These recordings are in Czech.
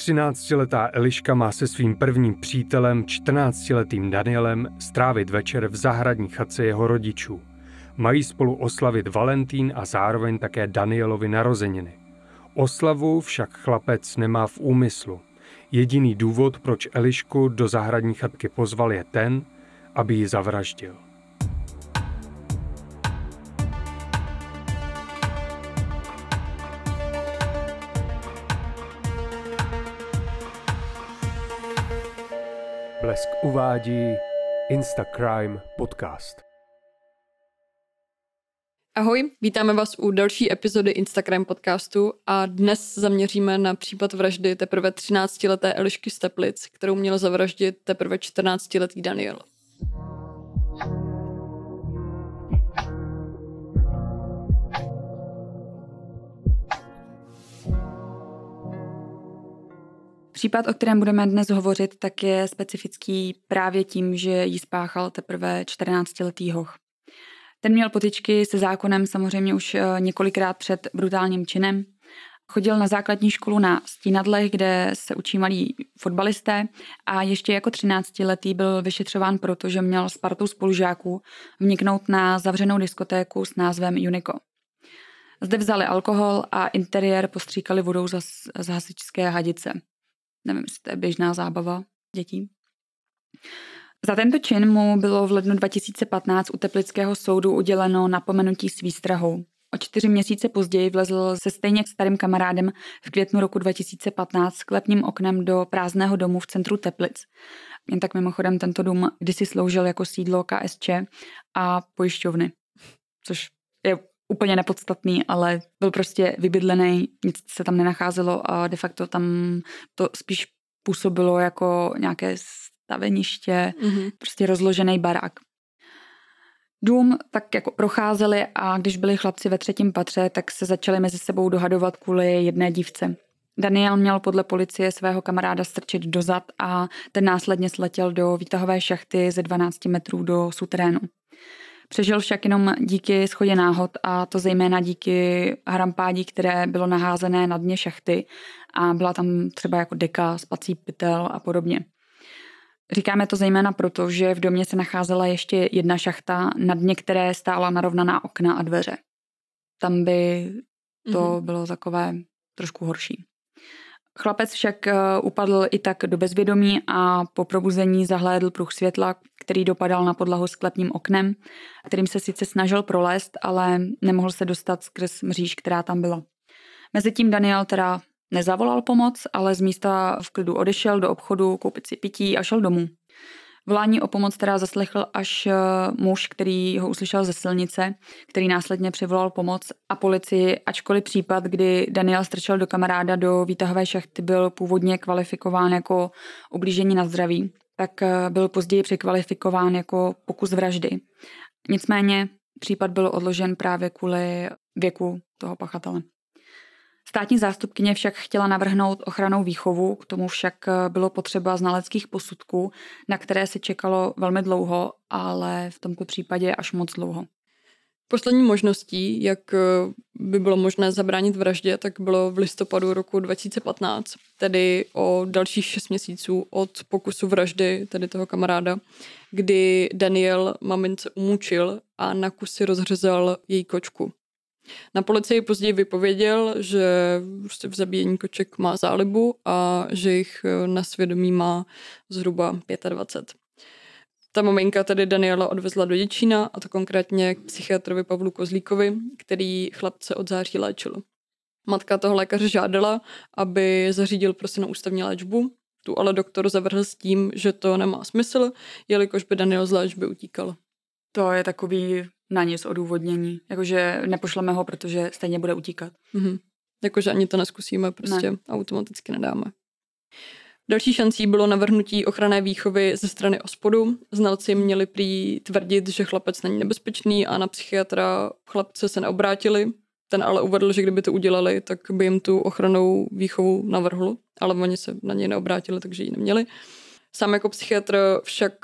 13letá Eliška má se svým prvním přítelem, 14letým Danielem, strávit večer v zahradní chatce jeho rodičů. Mají spolu oslavit Valentín a zároveň také Danielovi narozeniny. Oslavu však chlapec nemá v úmyslu. Jediný důvod, proč Elišku do zahradní chatky pozval, je ten, aby ji zavraždil. Blesk uvádí Instacrime podcast. Ahoj, vítáme vás u další epizody Instagram podcastu a dnes zaměříme na případ vraždy teprve 13leté Elišky z Teplic, kterou měl zavraždit teprve 14letý Daniel. Případ, o kterém budeme dnes hovořit, tak je specifický právě tím, že ji spáchal teprve 14letý hoch. Ten měl potyčky se zákonem samozřejmě už několikrát před brutálním činem. Chodil na základní školu na Stínadlech, kde se učí malí fotbalisté a ještě jako 13letý byl vyšetřován, protože měl s partou spolužáků vniknout na zavřenou diskotéku s názvem Unico. Zde vzali alkohol a interiér postříkali vodou z hasičské hadice. Nevím, jestli to je běžná zábava dětí. Za tento čin mu bylo v lednu 2015 u teplického soudu uděleno napomenutí s výstrahou. O 4 měsíce později vlezl se stejně starým kamarádem v květnu roku 2015 sklepním oknem do prázdného domu v centru Teplic. Jen tak mimochodem tento dům kdysi sloužil jako sídlo KSČ a pojišťovny, což je úplně nepodstatný, ale byl prostě vybydlený, nic se tam nenacházelo a de facto tam to spíš působilo jako nějaké staveniště, prostě rozložený barák. Dům tak jako procházeli a když byli chlapci ve 3. patře, tak se začali mezi sebou dohadovat kvůli jedné dívce. Daniel měl podle policie svého kamaráda strčit do zad a ten následně sletěl do výtahové šachty ze 12 metrů do suterénu. Přežil však jenom díky shodě náhod a to zejména díky harampádí, které bylo naházené na dně šachty a byla tam třeba jako deka, spací pytel a podobně. Říkáme to zejména proto, že v domě se nacházela ještě jedna šachta, na dně které stála narovnaná okna a dveře. Tam by to bylo takové trošku horší. Chlapec však upadl i tak do bezvědomí a po probuzení zahlédl pruh světla, který dopadal na podlahu sklepním oknem, kterým se sice snažil prolézt, ale nemohl se dostat skrz mříž, která tam byla. Mezitím Daniel teda nezavolal pomoc, ale z místa v klidu odešel do obchodu koupit si pití a šel domů. Volání o pomoc teda zaslechl až muž, který ho uslyšel ze silnice, který následně přivolal pomoc a policii, ačkoliv případ, kdy Daniel strčil do kamaráda do výtahové šachty, byl původně kvalifikován jako ublížení na zdraví, tak byl později překvalifikován jako pokus vraždy. Nicméně případ byl odložen právě kvůli věku toho pachatele. Státní zástupkyně však chtěla navrhnout ochrannou výchovu, k tomu však bylo potřeba znaleckých posudků, na které se čekalo velmi dlouho, ale v tomto případě až moc dlouho. Poslední možností, jak by bylo možné zabránit vraždě, tak bylo v listopadu roku 2015, tedy o dalších 6 měsíců od pokusu vraždy, tedy toho kamaráda, kdy Daniel mamince umučil a na kusy rozřezal její kočku. Na policii později vypověděl, že v zabíjení koček má zálibu a že jich na svědomí má zhruba 25. Ta maminka tedy Daniela odvezla do Děčína, a to konkrétně k psychiatrovi Pavlu Kozlíkovi, který chlapce od září léčil. Matka toho lékaře žádala, aby zařídil prostě na ústavní léčbu, tu ale doktor zavrhl s tím, že to nemá smysl, jelikož by Daniel z léčby utíkal. To je takový na nic odůvodnění. Jakože nepošleme ho, protože stejně bude utíkat. Jakože ani to neskusíme, prostě automaticky nedáme. Další šancí bylo navrhnutí ochranné výchovy ze strany OSPODu. Znalci měli prý tvrdit, že chlapec není nebezpečný a na psychiatra chlapce se neobrátili. Ten ale uvedl, že kdyby to udělali, tak by jim tu ochrannou výchovu navrhl, ale oni se na něj neobrátili, takže ji neměli. Sám jako psychiatr však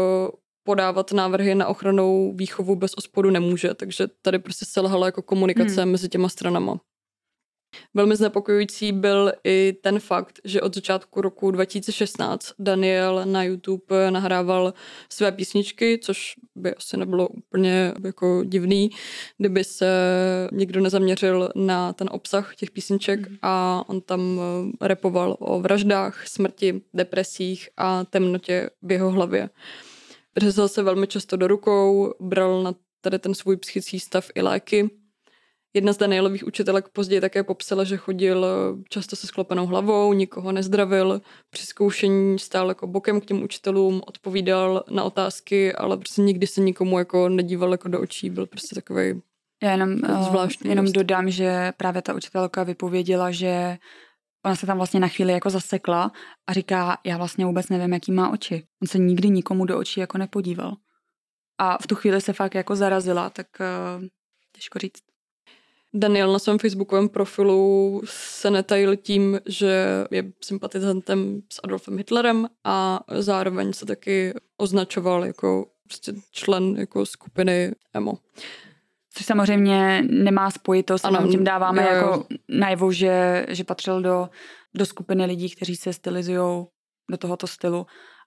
podávat návrhy na ochrannou výchovu bez OSPODu nemůže, takže tady prostě selhala jako komunikace mezi těma stranama. Velmi znepokojující byl i ten fakt, že od začátku roku 2016 Daniel na YouTube nahrával své písničky, což by asi nebylo úplně jako divný, kdyby se někdo nezaměřil na ten obsah těch písniček a on tam rapoval o vraždách, smrti, depresích a temnotě v jeho hlavě. Řezal se velmi často do rukou, bral na tady ten svůj psychický stav i léky. Jedna z Danielových učitelek později také popsala, že chodil často se sklopenou hlavou, nikoho nezdravil, při zkoušení stál jako bokem k těm učitelům, odpovídal na otázky, ale prostě nikdy se nikomu jako nedíval jako do očí, byl prostě takovej Já jenom dost. dodám, že právě ta učitelka vypověděla, že ona se tam vlastně na chvíli jako zasekla a říká, já vlastně vůbec nevím, jaký má oči. On se nikdy nikomu do očí jako nepodíval. A v tu chvíli se fakt jako zarazila, tak těžko říct. Daniel na svém facebookovém profilu se netajil tím, že je sympatizantem s Adolfem Hitlerem a zároveň se taky označoval jako prostě člen jako skupiny emo. Což samozřejmě nemá spojitost, ano, tím dáváme jo. jako najevo, že patřil do skupiny lidí, kteří se stylizují do tohoto stylu.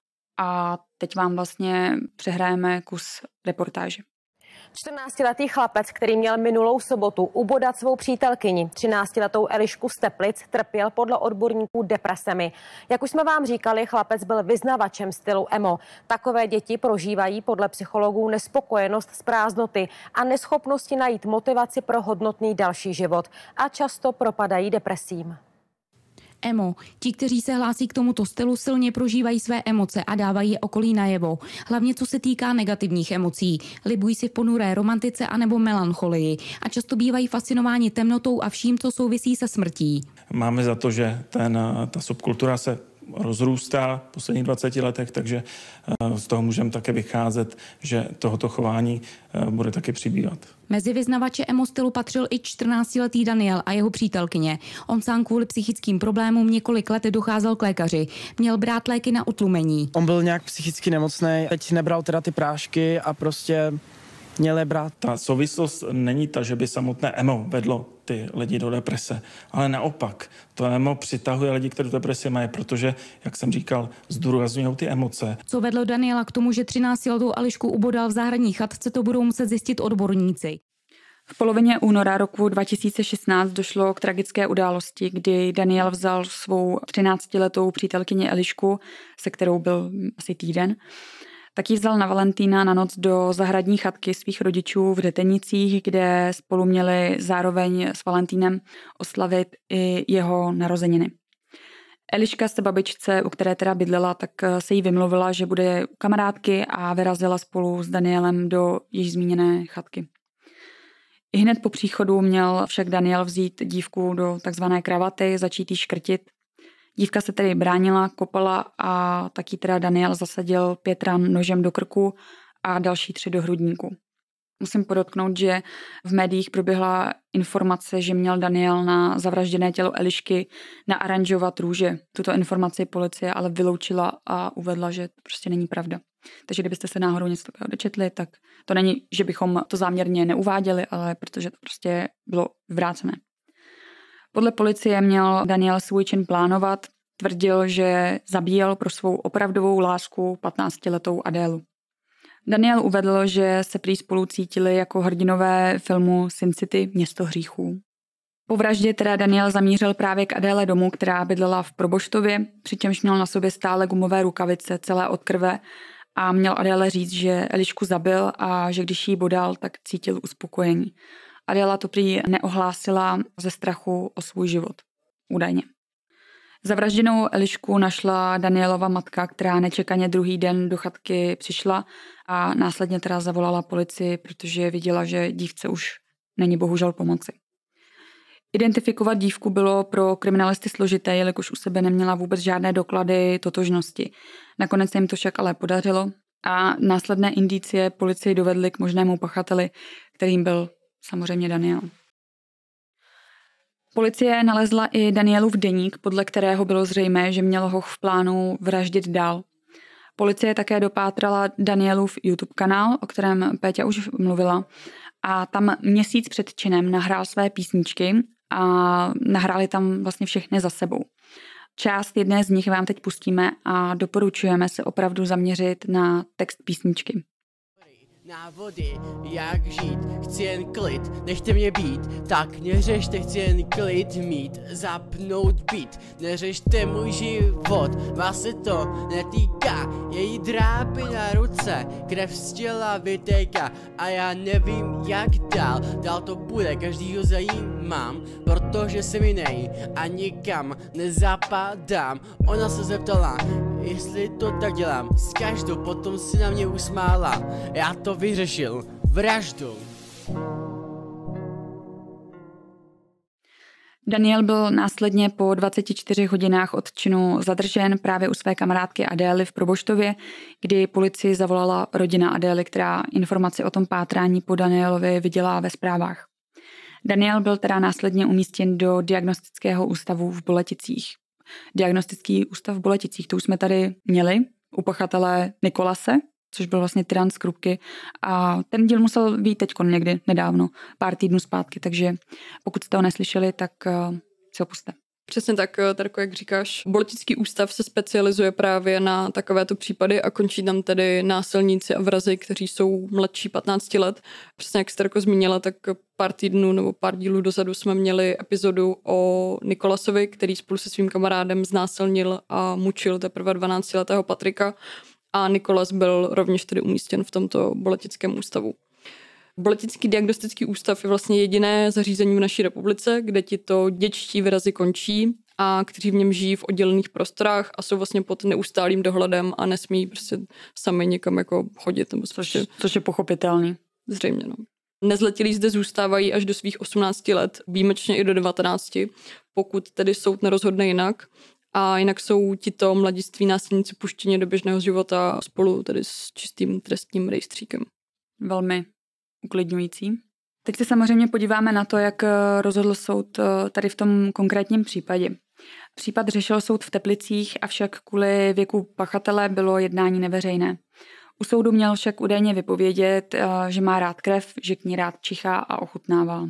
A teď vám vlastně přehrajeme kus reportáže. 14letý chlapec, který měl minulou sobotu ubodat svou přítelkyni, 13letou Elišku z Teplic, trpěl podle odborníků depresemi. Jak už jsme vám říkali, chlapec byl vyznavačem stylu emo. Takové děti prožívají podle psychologů nespokojenost z prázdnoty a neschopnosti najít motivaci pro hodnotný další život a často propadají depresím. Emo. Ti, kteří se hlásí k tomuto stylu, silně prožívají své emoce a dávají je okolí najevo. Hlavně co se týká negativních emocí. Libují si v ponuré romantice anebo melancholii a často bývají fascinováni temnotou a vším, co souvisí se smrtí. Máme za to, že ta subkultura se rozrůstá v posledních 20 letech, takže z toho můžeme také vycházet, že tohoto chování bude taky přibývat. Mezi vyznavače emo stylu patřil i 14letý Daniel a jeho přítelkyně. On sám kvůli psychickým problémům několik let docházel k lékaři. Měl brát léky na utlumení. On byl nějak psychicky nemocný, teď nebral teda ty prášky a prostě měl je brát. Ta souvislost není ta, že by samotné emo vedlo ty lidi do deprese, ale naopak. To emo přitahuje lidi, kteří depresi mají, protože, jak jsem říkal, zdůrazňují ty emoce. Co vedlo Daniela k tomu, že 13letou Elišku ubodal v zahradní chatce, to budou muset zjistit odborníci. V polovině února roku 2016 došlo k tragické události, kdy Daniel vzal svou 13letou přítelkyni Elišku, se kterou byl asi týden, tak ji vzal na Valentína na noc do zahradní chatky svých rodičů v Detenicích, kde spolu měli zároveň s Valentínem oslavit i jeho narozeniny. Eliška se babičce, u které teda bydlela, tak se jí vymluvila, že bude u kamarádky a vyrazila spolu s Danielem do již zmíněné chatky. I hned po příchodu měl však Daniel vzít dívku do takzvané kravaty, začít jí škrtit. Dívka se tedy bránila, kopala a taky teda Daniel zasadil 5 ran nožem do krku a další 3 do hrudníku. Musím podotknout, že v médiích proběhla informace, že měl Daniel na zavražděné tělo Elišky naaranžovat růže. Tuto informaci policie ale vyloučila a uvedla, že to prostě není pravda. Takže kdybyste se náhodou něco takového dočetli, tak to není, že bychom to záměrně neuváděli, ale protože to prostě bylo vyvrácené. Podle policie měl Daniel svůj čin plánovat, tvrdil, že zabíjel pro svou opravdovou lásku 15letou Adélu. Daniel uvedl, že se prý spolu cítili jako hrdinové filmu Sin City, Město hříchů. Po vraždě teda Daniel zamířil právě k Adéle domů, která bydlela v Proboštově, přičemž měl na sobě stále gumové rukavice celé od krve a měl Adéle říct, že Elišku zabil a že když jí bodal, tak cítil uspokojení. Adéla to prý neohlásila ze strachu o svůj život. Údajně. Zavražděnou Elišku našla Danielova matka, která nečekaně druhý den do chatky přišla a následně teda zavolala policii, protože viděla, že dívce už není bohužel pomoci. Identifikovat dívku bylo pro kriminalisty složité, jelikož u sebe neměla vůbec žádné doklady totožnosti. Nakonec se jim to však ale podařilo a následné indicie policii dovedly k možnému pachateli, kterým byl samozřejmě Daniel. Policie nalezla i Danielův deník, podle kterého bylo zřejmé, že měl Hoch v plánu vraždit dál. Policie také dopátrala Danielův YouTube kanál, o kterém Péťa už mluvila, a tam měsíc před činem nahrál své písničky a nahráli tam vlastně všechny za sebou. Část jedné z nich vám teď pustíme a doporučujeme se opravdu zaměřit na text písničky. Návody, jak žít, chci jen klid, nechte mě být, tak neřešte, chci jen klid mít, zapnout beat, neřešte můj život, vás se to netýká, její drápy na ruce, krev z těla vytéká a já nevím jak dál to bude, každýho zajímám, protože jsem jinej a nikam nezapadám, ona se zeptala, jestli to tak dělám, s každou potom si na mě usmála, já to vyřešil vraždou. Daniel byl následně po 24 hodinách od činu zadržen právě u své kamarádky Adély v Proboštově, kdy policii zavolala rodina Adély, která informaci o tom pátrání po Danielovi viděla ve zprávách. Daniel byl teda následně umístěn do diagnostického ústavu v Boleticích. Diagnostický ústav v Boleticích, to už jsme tady měli u pachatele Nikolase, což byl vlastně tyran z Krupky. A ten díl musel být teď někdy nedávno, pár týdnů zpátky, takže pokud jste ho neslyšeli, tak si ho pusťte. Přesně tak, Terko, jak říkáš. Boletický ústav se specializuje právě na takovéto případy a končí tam tedy násilníci a vrazi, kteří jsou mladší 15 let. Přesně jak jste Terko zmínila, tak pár týdnů nebo pár dílů dozadu jsme měli epizodu o Nikolasovi, který spolu se svým kamarádem znásilnil a mučil teprve 12letého Patrika a Nikolas byl rovněž tedy umístěn v tomto boletickém ústavu. Boletický diagnostický ústav je vlastně jediné zařízení v naší republice, kde tito dětští vrazi končí a kteří v něm žijí v oddělených prostorách a jsou vlastně pod neustálým dohledem a nesmí prostě sami někam jako chodit. Nebo což je pochopitelný. Zřejmě, no. Nezletilí zde zůstávají až do svých 18 let, výjimečně i do 19, pokud tedy soud nerozhodne jinak. A jinak jsou tito mladiství násilníci puštěni do běžného života spolu tedy s čistým trestním rejstříkem. Velmi uklidňující. Teď se samozřejmě podíváme na to, jak rozhodl soud tady v tom konkrétním případě. Případ řešil soud v Teplicích, avšak kvůli věku pachatele bylo jednání neveřejné. U soudu měl však údajně vypovědět, že má rád krev, že k ní rád čichá a ochutnává.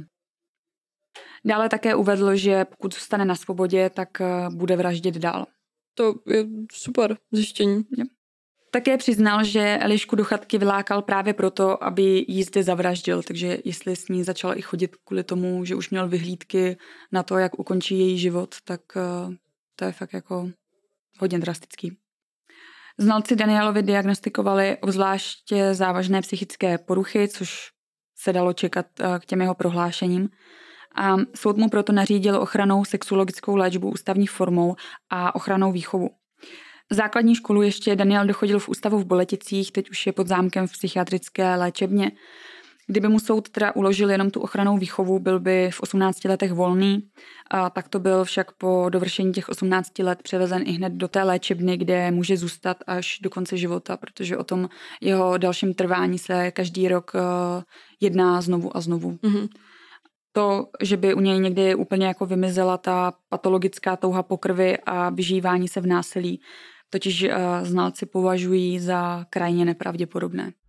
Dále také uvedl, že pokud zůstane na svobodě, tak bude vraždit dál. To je super zjištění. Také přiznal, že Elišku do chatky vylákal právě proto, aby jí zde zavraždil, takže jestli s ní začal i chodit kvůli tomu, že už měl vyhlídky na to, jak ukončí její život, tak to je fakt jako hodně drastický. Znalci Danielovi diagnostikovali obzvláště závažné psychické poruchy, což se dalo čekat k těm jeho prohlášením. A soud mu proto nařídil ochrannou sexuologickou léčbu ústavní formou a ochrannou výchovu. Základní školu ještě Daniel dochodil v ústavu v Boleticích, teď už je pod zámkem v psychiatrické léčebně. Kdyby mu soud teda uložil jenom tu ochrannou výchovu, byl by v 18 letech volný, a tak to byl však po dovršení těch 18 let převezen i hned do té léčebny, kde může zůstat až do konce života, protože o tom jeho dalším trvání se každý rok jedná znovu a znovu. Mm-hmm. To, že by u něj někdy úplně jako vymizela ta patologická touha po krvi a vyžívání se v násilí, totiž znalci považují za krajně nepravděpodobné.